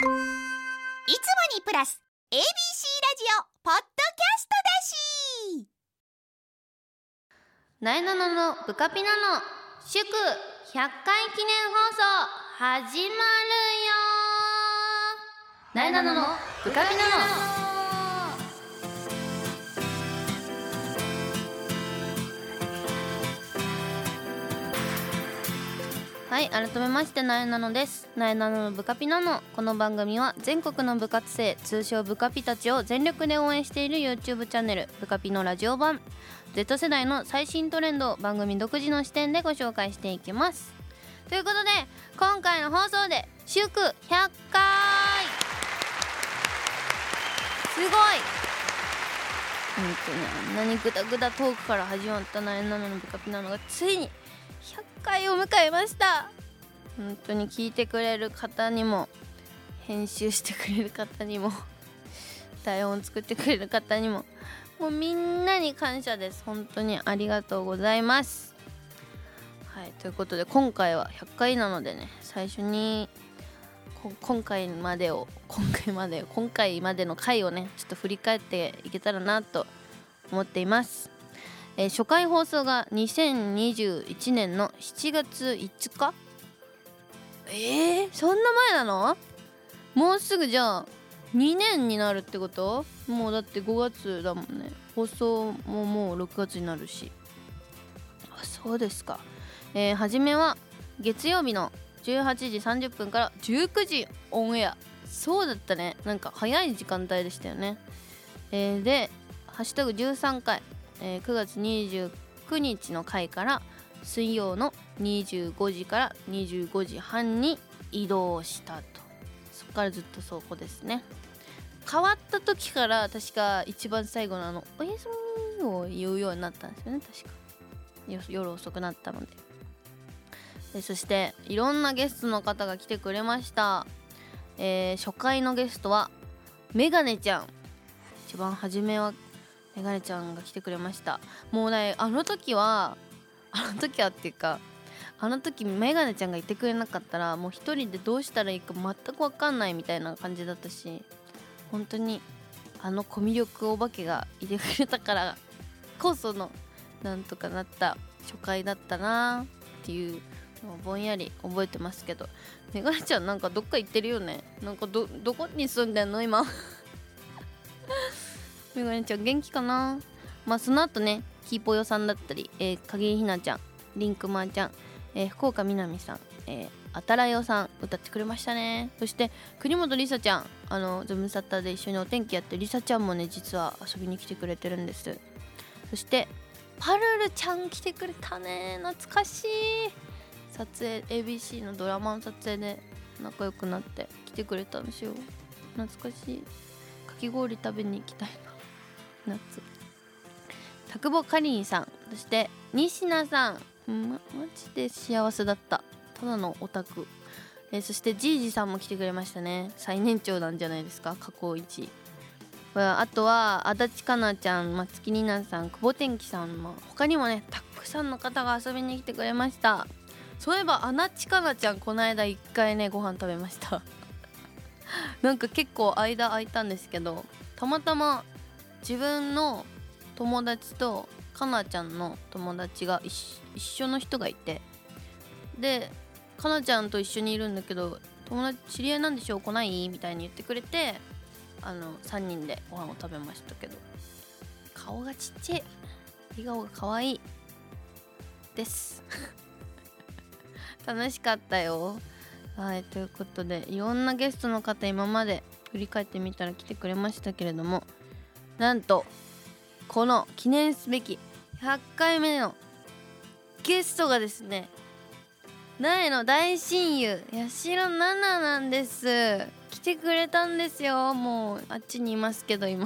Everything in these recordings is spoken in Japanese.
いつもにプラス ABC ラジオポッドキャストだしなえなののブカピナの祝100回記念放送始まるよ。なえなののブカピナのはい、改めましてなえなのです。なえなののブカピナのこの番組は全国の部活生通称ブカピたちを全力で応援している YouTube チャンネルブカピのラジオ版。 Z 世代の最新トレンドを番組独自の視点でご紹介していきます。ということで今回の放送で祝100回すごい。本当にあんなにグダグダトークから始まったなえなののブカピなのがついに100回を迎えました。本当に聞いてくれる方にも編集してくれる方にも台本作ってくれる方にももうみんなに感謝です。本当にありがとうございます。はい、ということで今回は100回なのでね、最初に今回までの回をねちょっと振り返っていけたらなと思っています。初回放送が2021年の7月5日。そんな前なの？もうすぐじゃあ2年になるってこと？もうだって5月だもんね。放送ももう6月になるし。あ、そうですか。初めは月曜日の18時30分から19時オンエア。そうだったね。なんか早い時間帯でしたよね。でハッシュタグ13回、9月29日の回から水曜の25時から25時半に移動したと。そこからずっとそこですね。変わった時から確か一番最後のおやすみを言うようになったんですよね。確か夜遅くなったので。そしていろんなゲストの方が来てくれました。初回のゲストはメガネちゃん。一番初めはメガネちゃんが来てくれました。もうねあの時っていうかあの時メガネちゃんがいてくれなかったらもう一人でどうしたらいいか全く分かんないみたいな感じだったし、本当にコミュ力お化けがいてくれたからこそのなんとかなった初回だったなっていうのをぼんやり覚えてますけど、メガネちゃんなんかどっか行ってるよね。なんかどこに住んでんの今メガネちゃん元気かな。まあその後ねキーポヨさんだったり、影井ひなちゃん、リンクマーちゃん、福岡みなみさん、あたらよさん歌ってくれましたね。そして国本りさちゃん、ズムサタで一緒にお天気やってりさちゃんもね実は遊びに来てくれてるんです。そしてパルルちゃん来てくれたね。懐かしい。撮影 ABC のドラマの撮影で仲良くなって来てくれたんですよ。懐かしい。かき氷食べに行きたいな。夏。田久保かりんさん、そして西名さん、マジで幸せだった。ただのオタク。そしてじいじさんも来てくれましたね。最年長なんじゃないですか、過去一。あとは足立かなちゃん、松木里奈さん、久保天気さんも他にもねたくさんの方が遊びに来てくれました。そういえば足立かなちゃんこの間1回ねご飯食べましたなんか結構間空いたんですけど、たまたま自分の友達とかなちゃんの友達が一緒の人がいて、でかなちゃんと一緒にいるんだけど友達知り合いなんでしょう来ないみたいに言ってくれて3人でご飯を食べましたけど、顔がちっちゃい、笑顔が可愛いです楽しかったよ。はい、ということでいろんなゲストの方今まで振り返ってみたら来てくれましたけれども、なんとこの記念すべき100回目のゲストがですね、苗の大親友八代奈々なんです。来てくれたんですよ。もうあっちにいますけど今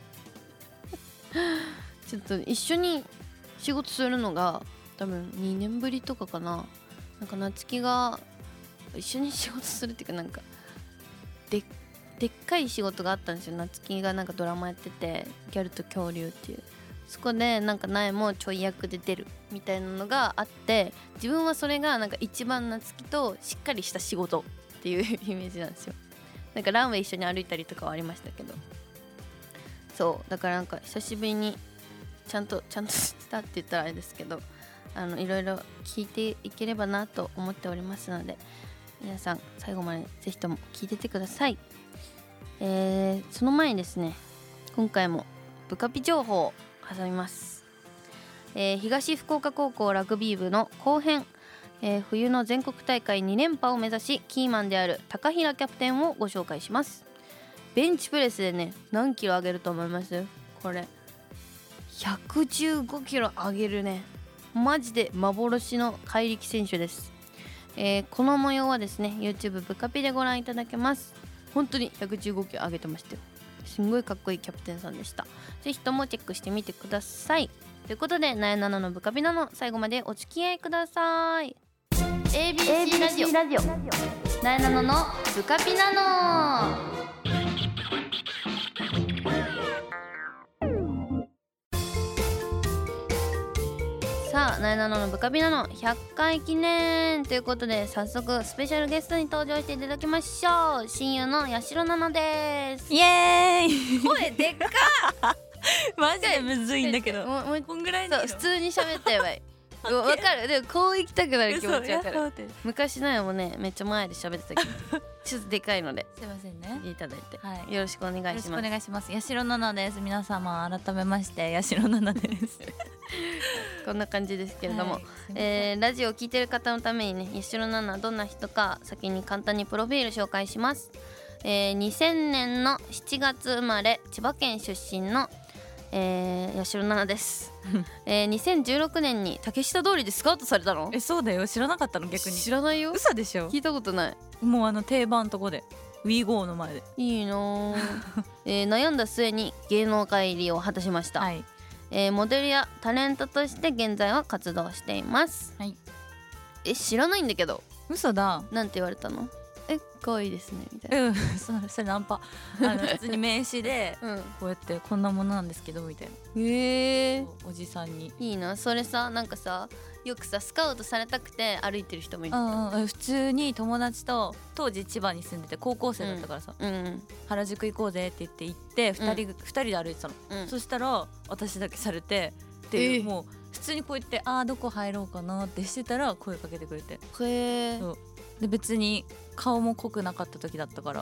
ちょっと一緒に仕事するのが多分2年ぶりとかかな。なんか夏希が一緒に仕事するっていうか、なんかでっかい仕事があったんですよ。夏希がなんかドラマやってて、ギャルと恐竜っていう、そこでなんか苗もちょい役で出るみたいなのがあって、自分はそれがなんか一番夏希としっかりした仕事っていうイメージなんですよ。 なんかランウェイ一緒に歩いたりとかはありましたけど、そうだからなんか久しぶりにちゃんとしたって言ったらあれですけど、いろいろ聞いていければなと思っておりますので、皆さん最後までぜひとも聞いててください。その前にですね、今回もブカピ情報を挟みます。東福岡高校ラグビー部の後編、冬の全国大会2連覇を目指しキーマンである高平キャプテンをご紹介します。ベンチプレスでね、何キロ上げると思います？これ115キロ上げるね、マジで幻の怪力選手です。この模様はですね YouTube ブカピでご覧いただけます。本当に115キロ上げてましたよ。すんごいかっこいいキャプテンさんでした。ぜひともチェックしてみてください。ということで、なえなののブカピナの最後までお付き合いください。 ABC ラジオなえなののブカピナの。さあ、なえなののブカピナの100回記念ということで、早速スペシャルゲストに登場していただきましょう。親友の八代奈々です。 イエーイ声でっかマジでむずいんだけど、 もうこんぐらいそう普通に喋ってればいいわかる。でもこう行きたくなる気持ちわかる。 す昔のやもね、めっちゃ前で喋ってたけどちょっとでかいのでいませんね。 いただいて、 はい、 よろしくお願いします。 よろしくお願いします。八代奈々です。皆様改めまして八代奈々ですこんな感じですけれども、 はい、 ラジオを聞いてる方のためにね、八代奈々どんな人か先に簡単にプロフィール紹介します。2000年の7月生まれ、千葉県出身の八代奈々です。2016年に竹下通りでスカウトされたの？ そうだよ、知らなかったの？逆に知らないよ。 嘘でしょ。 聞いたことない。 もう定番とこで WeGo の前でいいな悩んだ末に芸能界入りを果たしました。 はい、 モデルやタレントとして現在は活動しています。 はい、 知らないんだけど。 嘘だ。 なんて言われたの？可愛いですねみたいな。 それナンパ普通に名刺でこうやってこんなものなんですけどみたいな。 へえ、 おじさんに。 いいな。それさ、なんかさ、よくさスカウトされたくて歩いてる人もいる。 普通に友達と当時千葉に住んでて高校生だったからさ、原宿行こうぜって言って行って2人で歩いてたの、そしたら私だけされてで、もう普通にこう言ってどこ入ろうかなってしてたら声かけてくれて、 へえ。 で別に顔も濃くなかった時だったから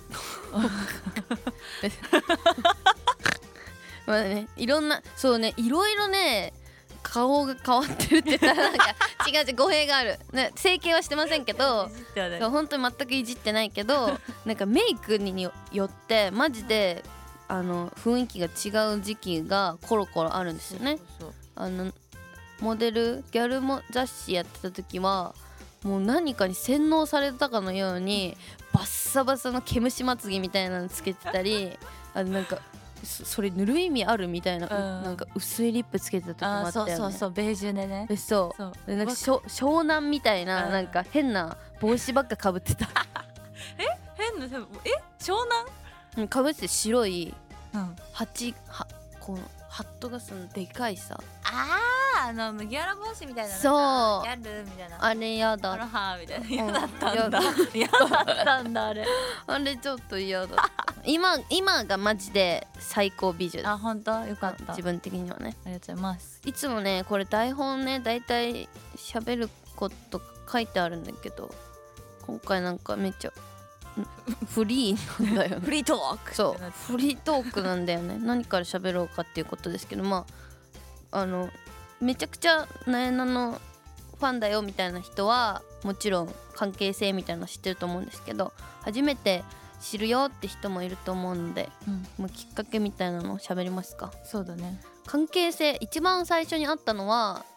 まあね、いろんな、そうね、いろいろね顔が変わってるって言ったらなんか違う語弊がある、ね、整形はしてませんけど本当に全くいじってないけどなんかメイクによってマジで雰囲気が違う時期がコロコロあるんですよね。モデルギャルも雑誌やってた時はもう何かに洗脳されたかのようにバッサバサの毛虫まつげみたいなのつけてたりなんかそれ塗る意味あるみたいな、なんか薄いリップつけてた時もあったよね。 そうベージュでね。 そうでなんか湘南みたいななんか変な帽子ばっかかぶってた変な湘南かぶって白いこのハットがそのでかいさ、 麦わら帽子みたいな、 そうギャルみたいな、 あれやだ、 アロハみたいな、嫌だったんだ嫌だったんだあれちょっと嫌だった今がマジで最高美女です。 本当よかった。 自分的にはね。 ありがとうございます。 いつもねこれ台本ねだいたい喋ること書いてあるんだけど、今回なんかめっちゃフリーなんだよねフリートーク。 そうフリートークなんだよね何から喋ろうかっていうことですけど、めちゃくちゃなえなのファンだよみたいな人はもちろん関係性みたいなの知ってると思うんですけど、初めて知るよって人もいると思うので、もうきっかけみたいなのを喋りますか。 そうだね。 関係性一番最初に会ったのは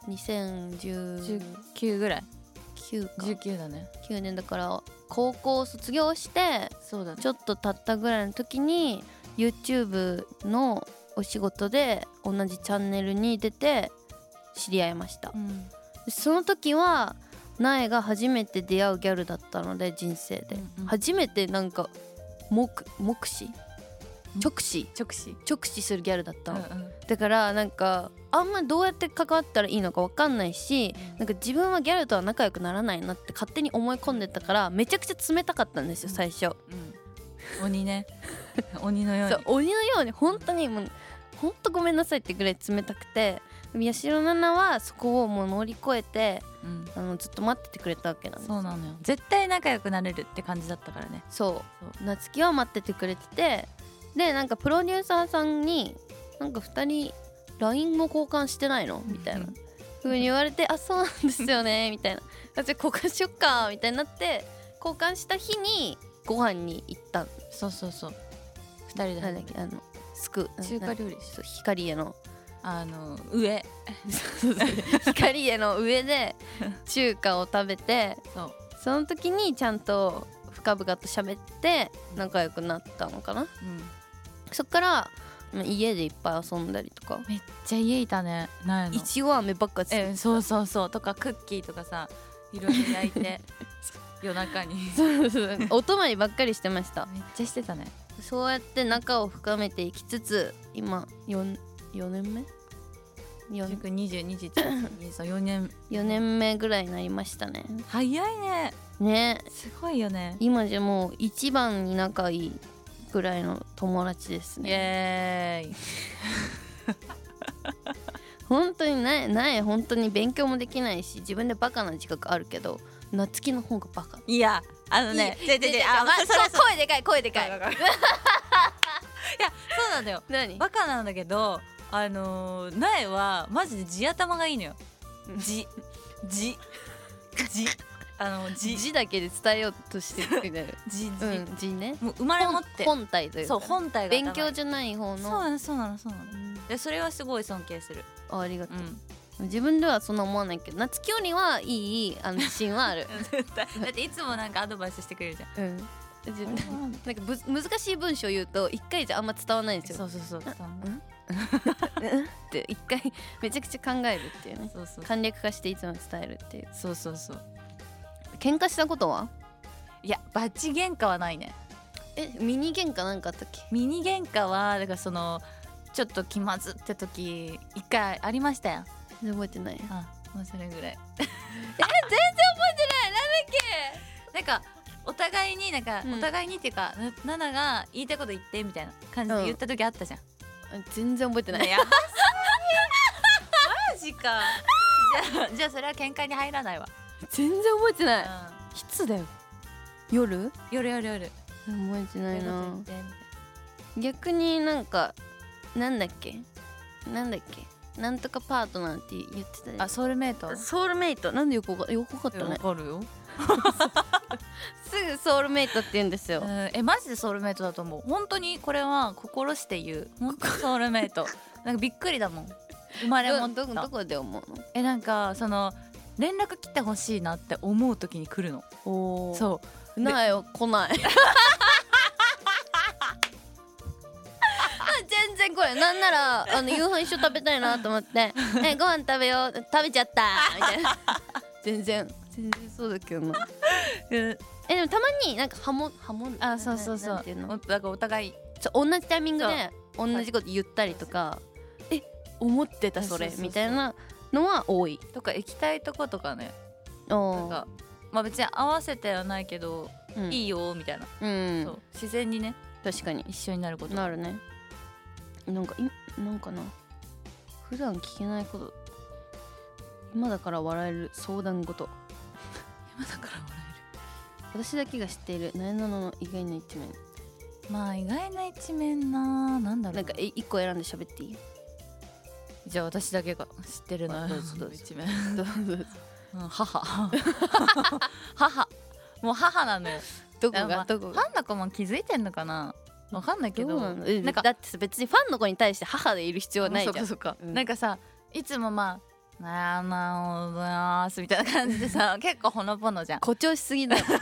2019 ぐらい 9か 19だね。 9年だから高校卒業してそうだね、 ちょっと経ったぐらいの時に YouTube のお仕事で同じチャンネルに出て知り合いました、その時は苗が初めて出会うギャルだったので、人生で、初めてなんか目視直視するギャルだったの、だからなんかあんまどうやって関わったらいいのか分かんないし、なんか自分はギャルとは仲良くならないなって勝手に思い込んでたからめちゃくちゃ冷たかったんですよ最初、 鬼ね鬼のようにそう鬼のように本当にもう本当ごめんなさいってぐらい冷たくて、八代奈々はそこをもう乗り越えて、ずっと待っててくれたわけなんです。 そうなのよ、絶対仲良くなれるって感じだったからね。 そう夏希は待っててくれてて、でなんかプロデューサーさんになんか2人 LINE も交換してないのみたいな風に言われて、あそうなんですよねみたいな、じゃあ交換しよっかみたいになって、交換した日にご飯に行ったん。 そう2人でなんだっけ中華料理そう光家の上光家の上で中華を食べてその時にちゃんと深々と喋って仲良くなったのかな、そっから家でいっぱい遊んだりとか、 めっちゃ家いたね。ないのいちご飴ばっかつってた。 そうとかクッキーとかさいろいろ焼いて夜中にそうお泊まりばっかりしてました。 めっちゃしてたね。 そうやって仲を深めていきつつ、今4年目4年目ぐらいになりましたね。 早いね。 ね、 すごいよね。 今じゃもう一番に仲いいぐらいの友達ですね。 イエーイ本当にない本当に勉強もできないし、自分でバカな自覚あるけど、夏希の方がバカ。 いや声でかい声でかいいやそうなんだよ。 何バカなんだけど苗はマジで地頭がいいのよ。字字だけで伝えようとしてくれる字ね。 もう生まれ持って本体というか、 そう本体が勉強じゃない方の。 そうなのでそれはすごい尊敬する。 ありがとう、自分ではそんな思わないけど、夏希よりはいい自信はあるだっていつもなんかアドバイスしてくれるじゃん。 なんか難しい文章言うと一回じゃあんま伝わらないんですよ。 そうって一回めちゃくちゃ考えるっていうね。 そう簡略化していつも伝えるっていう。 そう喧嘩したことは？ いやバチ喧嘩はないね。 ミニ喧嘩なんかあったっけ？ ミニ喧嘩はだからそのちょっと気まずって時一回ありましたよ。 全然覚えてない。 もうそれぐらい全然覚えてない。なんだっけ。なんかお互いにっていうか、ナナが言いたいこと言ってみたいな感じで言った時あったじゃん。 全然覚えてない。 マジか。じゃあそれは喧嘩に入らないわ。 全然覚えてない。いつだよ。夜覚えてないな。逆になんかなんだっけなんとかパートナーって言ってた。 ソウルメイトなんで横かったね。 わかるよすぐソウルメイトって言うんですよ。 マジでソウルメイトだと思う。本当にこれは心して言う。本当ソウルメイトなんかびっくりだもん。生まれ持った。 どこで思うの？ なんかその連絡来てほしいなって思う時に来るの。そうないよ、来ない全然来ない。なんなら夕飯一緒食べたいなと思ってご飯食べよう、食べちゃったみたいな全然そうだけどなでもたまになんかハモそうなんていうの、 だからお互い同じタイミングで同じこと言ったりとか、思ってたそれみたいなのは多いとか、行きたいとことかね。 なんかまあ別に合わせてはないけど、いいよみたいな、そう自然にね、 確かに一緒になることなるね。なんかな、普段聞けないこと、今だから笑える相談事今だから笑える、私だけが知っているなえなのの意外な一面。 まあ意外な一面なんだろう。 なんか一個選んで喋っていい？ じゃあ私だけが知ってるな一面母もう母なのよ。 どこが、 ファンの子も気づいてんのかな、わかんないけど、 なんかだって別にファンの子に対して母でいる必要はないじゃん。 そうか、なんかさ、いつもまあなるほどますみたいな感じでさ結構ほのぼのじゃん。 誇張しすぎだよい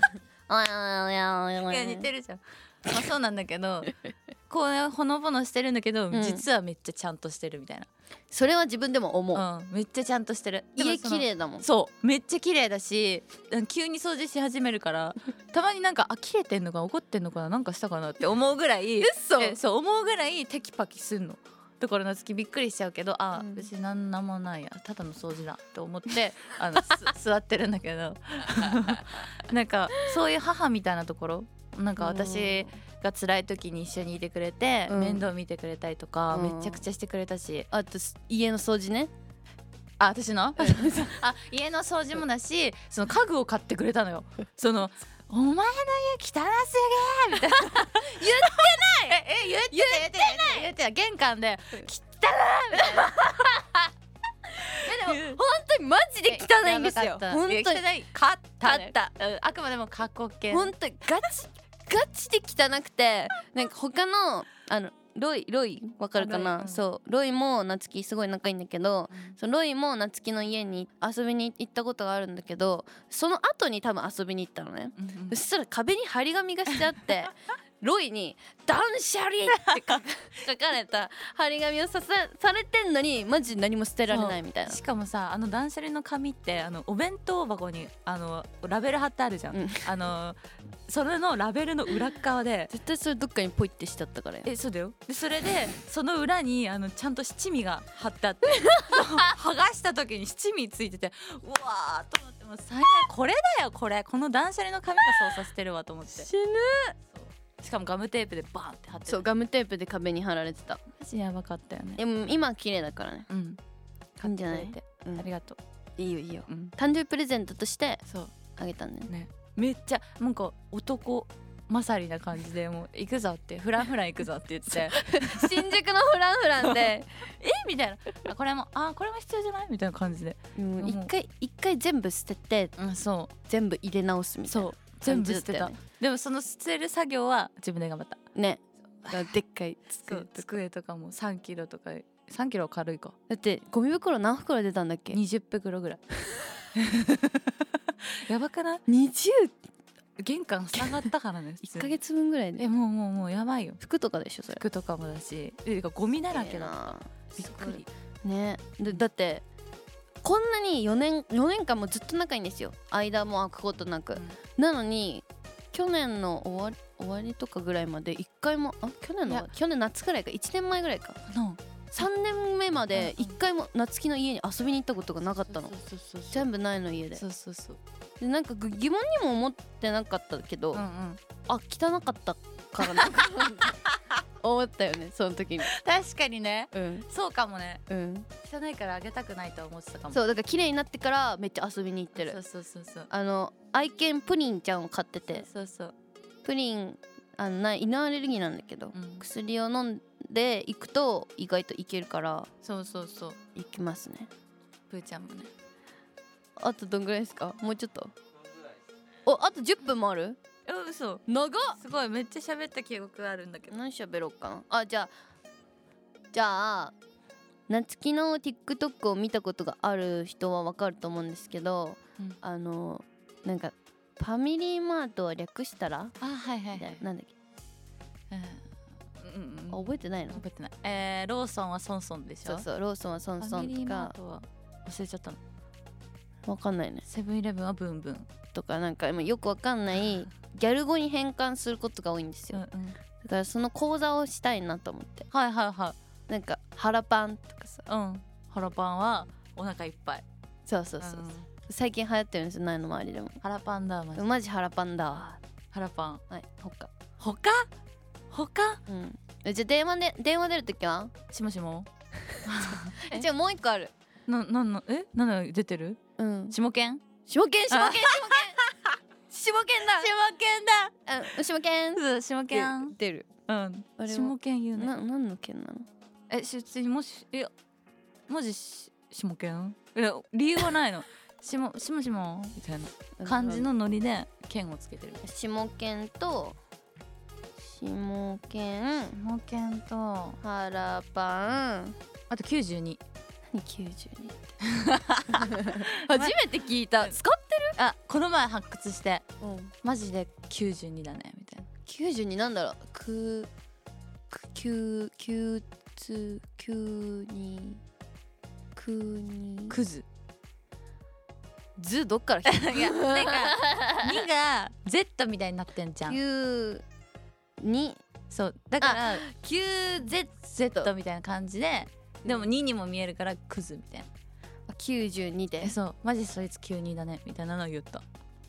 や似てるじゃん。まあそうなんだけどこうほのぼのしてるんだけど、実はめっちゃちゃんとしてるみたいな。 それは自分でも思う、 めっちゃちゃんとしてる。 家綺麗だもん。 そうめっちゃ綺麗だし、急に掃除し始めるからたまになんか切れてんのか怒ってんのかな、なんかしたかなって思うぐらいそう思うぐらいテキパキすんの。だから夏希びっくりしちゃうけど、別になんもないや、ただの掃除だって思って座ってるんだけどなんかそういう母みたいなところなんか私が辛い時に一緒にいてくれて、面倒見てくれたりとか、めちゃくちゃしてくれたし、 あと家の掃除ね。 あ、私のあ、家の掃除もだし、その家具を買ってくれたのよ。そのお前の家汚すぎーみたいな言ってない言ってない玄関で汚いみたいなでも本当にマジで汚いんですよ。本当に汚いかったね、あくまでも過去形。 本当にガチで汚くて、なんか他のロイわかるかな、そうロイも夏希すごい仲いいんだけど、そのロイも夏希の家に遊びに行ったことがあるんだけど、その後に多分遊びに行ったのね、そしたら壁に張り紙がしてあってロイに断捨離って書かれた張り紙をされてんのにマジで何も捨てられないみたいな。 しかもさ、断捨離の紙ってお弁当箱にラベル貼ってあるじゃん、それのラベルの裏側で絶対それどっかにポイってしちゃったからよ。 そうだよ。でそれでその裏にちゃんと七味が貼ってあって剥がした時に七味ついてて、うわーと思って、もう最悪、これだよ、この断捨離の紙が操作してるわと思って。 死ぬ。 しかもガムテープでバーンって貼ってる。 そうガムテープで壁に貼られてた。 マジやばかったよね。 でも今は綺麗だからね。いいんじゃない？ ありがとう。いいよいいよ。誕生日プレゼントとしてそうあげたんだよね。 めっちゃなんか男勝りな感じで、もう行くぞってフラン行くぞって言って新宿のフランでみたいな、これも必要じゃないみたいな感じで、 一回全部捨てて、 そう全部入れ直すみたいな。 全部捨てた。でもその捨てる作業は自分で頑張ったね。でっかい机とかも3キロとか、3キロ軽いか。 だってゴミ袋何袋出たんだっけ ？20袋ぐらいやばくない ？20？ 玄関塞がったからね 1ヶ月分ぐらいで。 もうやばいよ。 服とかでしょそれ。 服とかもだし、ゴミだらけだ。びっくりね。だってこんなに4年間もずっと仲いいんですよ、間も空くことなく、なのに去年の終わりとかぐらいまで1回も去年夏ぐらいか、1年前ぐらいか、3年目まで1回も夏希の家に遊びに行ったことがなかったの。全部ないの家で。でなんか疑問にも思ってなかったけど、汚かったからなんか思ったよねその時に。 確かにね、そうかもね。汚いからあげたくないと思ってたかも。 そうだから綺麗になってからめっちゃ遊びに行ってる。愛犬プリンちゃんを飼ってて、プリン犬アレルギーなんだけど、薬を飲んで行くと意外といけるから、 行きますね。 プーちゃんもね。 あとどんぐらいですか？もうちょっと。あと10分もある？ 嘘。 長っ。 すごい、めっちゃ喋った記憶があるんだけど。 何喋ろうかな。じゃあ夏希の TikTok を見たことがある人はわかると思うんですけど、なんかファミリーマートを略したら、なんだっけ、覚えてないの？ 覚えてない。ローソンはソンソンでしょ。 そうローソンはソンソンとか、 忘れちゃったの。 わかんないね。 セブンイレブンはブンブンとか、なんかよくわかんないギャル語に変換することが多いんですよ。だからその講座をしたいなと思って。なんか腹パンとかさ、 腹パンはお腹いっぱい。そう最近流行ってるんですよ、ないの周りでも。 腹パンだマジ腹パンだ。 腹パン。 はい。 他？ じゃあ電話出るときはしもしもじゃあもう一個ある。 なんだ出てる？下犬だ。 下犬出る。 下犬言うね。 何の犬なの？ 普通に文字下犬？理由はないの。しもみたいな感じのノリで剣をつけてる。 下犬と腹パン、 あと92。 何92って初めて聞いた。使ってる？ この前発掘して、マジで92だねみたいな。 92なんだろう。 クズ図どっから来た？ いやなんか2が Z みたいになってんじゃん。 2 そうだから 9Z みたいな感じで、でも2にも見えるからクズみたいな。 92で。 そうマジそいつ92だねみたいなのを言った。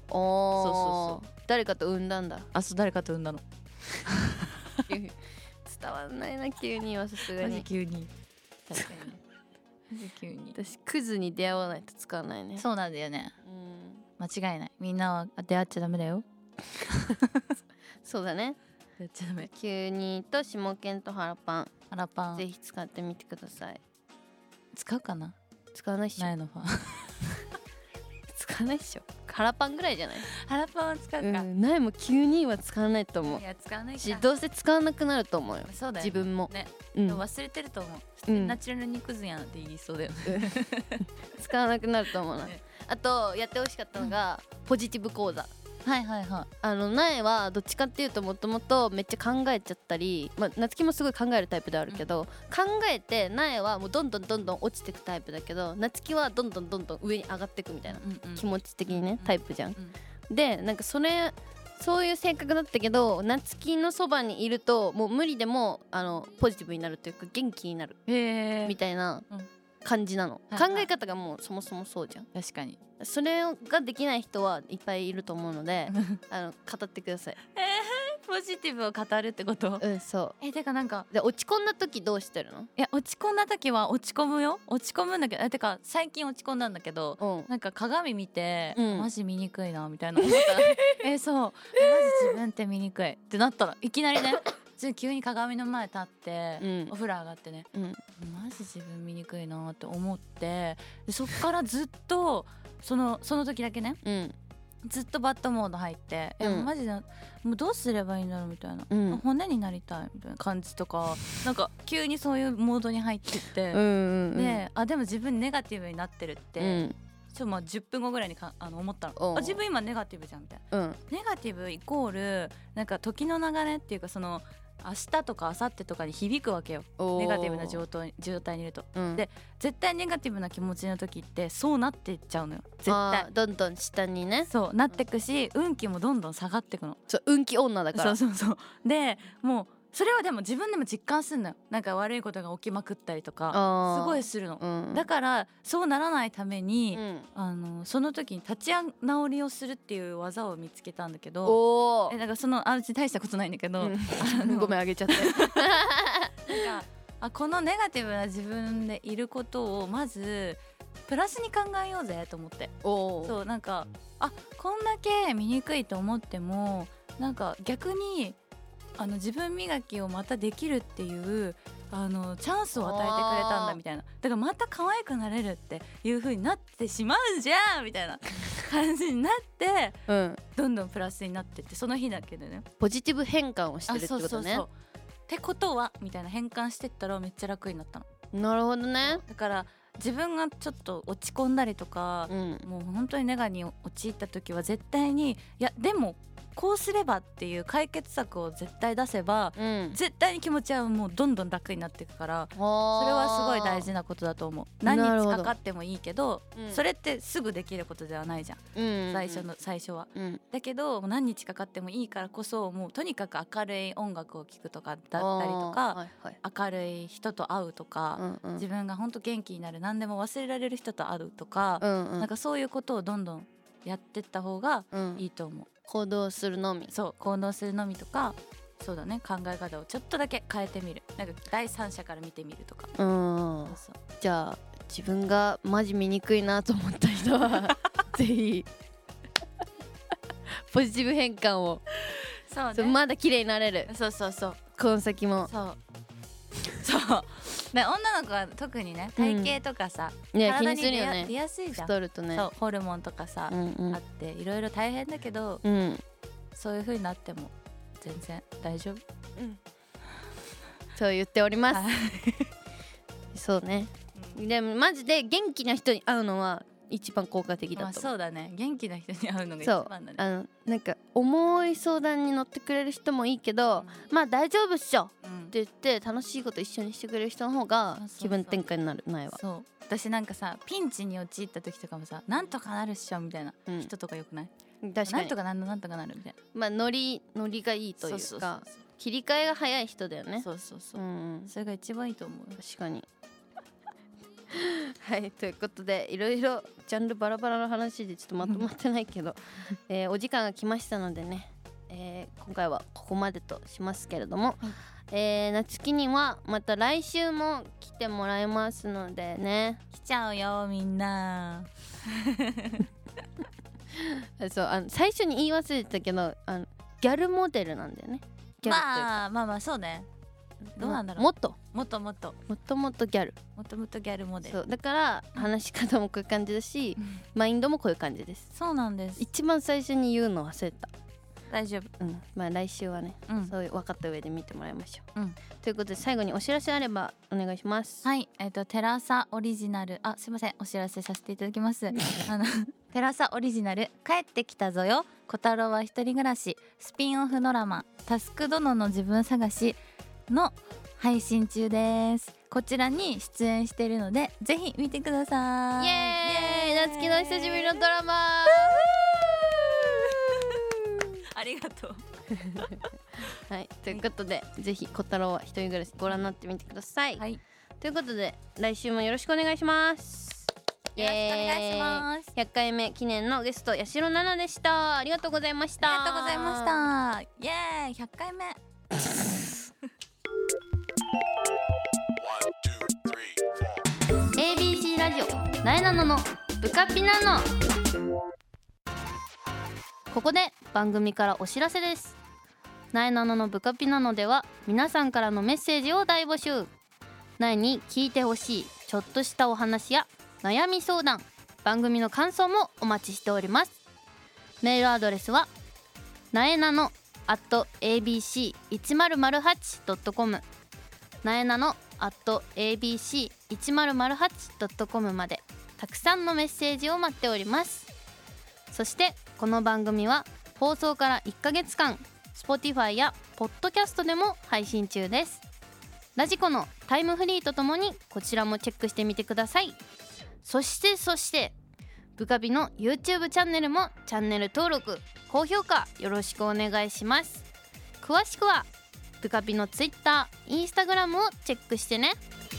おー、 そうそう誰かと産んだんだ。 あ、そう、誰かと産んだの。 伝わんないな急にはさすがマジに。 急に。確かにね。マジ急に。 私クズに出会わないと使わないね。 そうなんだよね。 うん、 間違いない。みんなは出会っちゃダメだよ。 そうだね。 出会っちゃダメ。 急にと下犬と腹パン、 腹パンぜひ使ってみてください。 使うかな。 使わないっしょ。 苗のファン。 使わないっしょ。腹パンぐらいじゃない？ 腹パンは使うか。 うん、苗も急には使わないと思ういや、使わないし、 か。 どうせ使わなくなると思うよ。 そうだよ。 自分も、 ね。 うんでも忘れてると思う。 うんナチュラルにクズやんって言いそうだよね。 使わなくなると思うな、 ねあとやってほしかったのが、ポジティブ講座。 はいはいはい。 苗はどっちかっていうともともとめっちゃ考えちゃったり、夏希もすごい考えるタイプではあるけど、考えて苗はもうどんどん落ちていくタイプだけど、夏希はどんどん上に上がっていくみたいな、 うんうん。 気持ち的にね、 うんタイプじゃん。 うんでなんかそういう性格だったけど、夏希のそばにいるともう無理でもポジティブになるというか元気になるへえ。 みたいなうん感じなの、 はいはい考え方がもうそもそもそうじゃん。 確かに。 それができない人はいっぱいいると思うので語ってください。 ポジティブを語るってこと？ うん、そてかなんか、 うで落ち込んだ時どうしてるの？ いや、落ち込んだ時は落ち込むよ。落ち込むんだけど、てか最近落ち込んだんだけど、 うんなんか鏡見て、 うんマジ醜いなみたいな思ったらそう、マジ自分って醜いってなったらいきなりね急に鏡の前立って、 うんお風呂上がってね、 うんマジ自分醜いなって思って、でそっからずっとその時だけね、 うんずっとバッドモード入って、 うんマジでもうどうすればいいんだろうみたいな、 うん骨になりたいみたいな感じとか、なんか急にそういうモードに入ってって、 うんで、でも自分ネガティブになってるって、 うん 10分後ぐらいに思ったの。 おう自分今ネガティブじゃんみたいな。 うんネガティブイコールなんか時の流れっていうか、その明日とか明後日とかに響くわけよ。ネガティブな状態にいると、 うんで絶対ネガティブな気持ちの時ってそうなっていっちゃうのよ、絶対。 どんどん下にね、 そうなってくし、運気もどんどん下がってくの。 運気女だから。 そうで、もうそれはでも自分でも実感すんのよ。なんか悪いことが起きまくったりとかすごいするの、 うん、 だからそうならないために、 うんその時に立ち直りをするっていう技を見つけたんだけど、 おなんかうち大したことないんだけど、 ごめんあげちゃってなんかこのネガティブな自分でいることをまずプラスに考えようぜと思って。そう、なんかこんだけ醜いと思っても、なんか逆に自分磨きをまたできるっていうチャンスを与えてくれたんだみたいな。だからまた可愛くなれるっていう風になってしまうじゃんみたいな感じになって、どんどんプラスになってって、その日だけでね、 ポジティブ変換をしてるってことね。 ってことはみたいな変換してったらめっちゃ楽になったの。 なるほどね。 だから自分がちょっと落ち込んだりとか、 うんもう本当にネガに陥った時は絶対に、いやでもこうすればっていう解決策を絶対出せば、 うん絶対に気持ちはもうどんどん楽になっていくから、 それそれはすごい大事なことだと思う。何日かかってもいいけど、 うんそれってすぐできることではないじゃん、最初は。だけど何日かかってもいいからこそ、もうとにかく明るい音楽を聴くとかだったりとか、明るい人と会うとか、自分が本当元気になる、何でも忘れられる人と会うとか、なんかそういうことをどんどんやってった方がいいと思う。 行動するのみ。 そう、行動するのみとか、そうだね、考え方をちょっとだけ変えてみる、なんか第三者から見てみるとか。そうじゃあ自分がマジ醜いなと思った人はぜひポジティブ変換を。 そうね、 まだ綺麗になれる。 そうこの先も。 そうね、女の子は特にね、体型とかさ、 ね、気体ににするよね。 出やすいじゃん。 太るとね。 そう、ホルモンとかさ、あっていろいろ大変だけど、そういう風になっても全然大丈夫。 そう言っております。そうね。でもマジで元気な人に会うのは一番効果的だと思う。 そうだね、元気な人に会うのが一番だね。 なんか重い相談に乗ってくれる人もいいけど、まあ大丈夫っしょって言って楽しいこと一緒にしてくれる人の方が気分転換になる。ないわ。 そう、私なんかさ、ピンチに陥った時とかもさ、なんとかなるっしょみたいな人とかよくない？ 確かに。 なんとかなる、なんとかなるみたいな。 まあノリがいいというか、切り替えが早い人だよね。 そう、それが一番いいと思う。 確かに。 はいということでいろいろジャンルバラバラの話でちょっとまとまってないけど、お時間が来ましたのでね、今回はここまでとしますけれども、夏希にはまた来週も来てもらいますのでね。 来ちゃうよみんな。 そう最初に言い忘れてたけどギャルモデルなんだよね。ギャルというかまあそうね。どうなんだろう。 もっともっとギャル。もっとギャルモデル。 そうだから話し方もこういう感じだし、マインドもこういう感じです。 そうなんです。 一番最初に言うの忘れた。 大丈夫。 まあ来週はね、そういう分かった上で見てもらいましょう。ということで最後にお知らせあればお願いします。 はい、テラサオリジナルすいませんお知らせさせていただきます。テラサオリジナル帰ってきたぞよ小太郎は一人暮らしスピンオフドラマタスク殿の自分探しの配信中です。こちらに出演しているのでぜひ見てください。 イエーイ夏希の久しぶりのドラマありがとう。 はいということでぜひ小太郎は一人暮らしご覧になってみてください。 はい、 ということで来週もよろしくお願いします。 よろしくお願いします。 100回目記念のゲスト八代奈々でした。ありがとうございました。 ありがとうございました。イエーイ100回目。 ABC ラジオなえなののブカピナノ。ここで番組からお知らせです。なえなののブカピナノでは皆さんからのメッセージを大募集。なえに聞いてほしいちょっとしたお話や悩み相談、番組の感想もお待ちしております。メールアドレスはなえなの@abc1008.com なえなの@abc1008.com までたくさんのメッセージを待っております。そしてこの番組は放送から1ヶ月間 Spotify や Podcast でも配信中です。ラジコのタイムフリーとともにこちらもチェックしてみてください。そしてブカビの YouTube チャンネルもチャンネル登録高評価よろしくお願いします。詳しくはブカビの Twitter、Instagram をチェックしてね。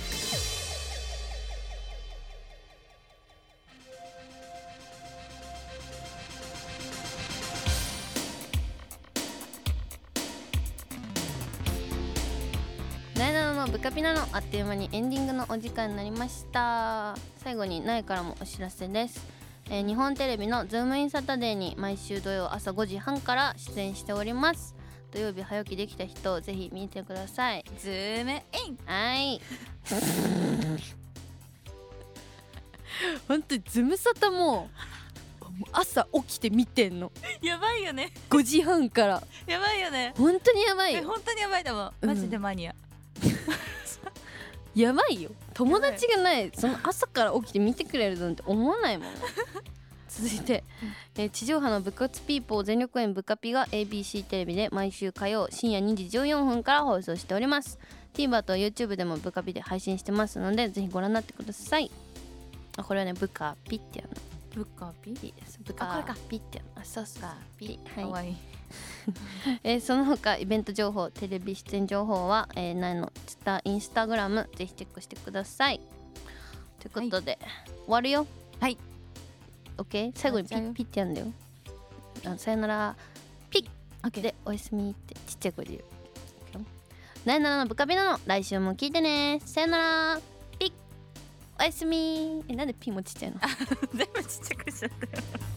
なえなののブカピナのあっという間にエンディングのお時間になりました。最後になえからもお知らせです。日本テレビのズームインサタデーに毎週土曜朝5時半から出演しております。土曜日早起きできた人ぜひ見てください。 ズームイン。 はい本当にズムサタも朝起きて見てんの。 やばいよね 5時半からやばいよね。 本当にやばいよ。 本当にやばいだもんマジでマニア、 やばいよ。友達がないその朝から起きて見てくれるなんて思わないもん続いて、地上波の部活ピーポー全力園ブカピが ABC テレビで毎週火曜深夜2時14分から放送しております。 TVer と YouTube でもブカピで配信してますのでぜひご覧になってください。これはねブカピってやるの。 ブカピブカこれかピってやるの。そうそうピはいかわいいその他イベント情報テレビ出演情報は、なえのツイッターインスタグラムぜひチェックしてください。ということで、終わるよ。 はい OK 最後にピッピッってやるんだよ。さよならピッ、 OK でおやすみってちっちゃい声で言う。なえなののブカビナの来週も聞いてね。さよならピッおやすみ。なんでピもちっちゃいの全部ちっちゃくしちゃったよ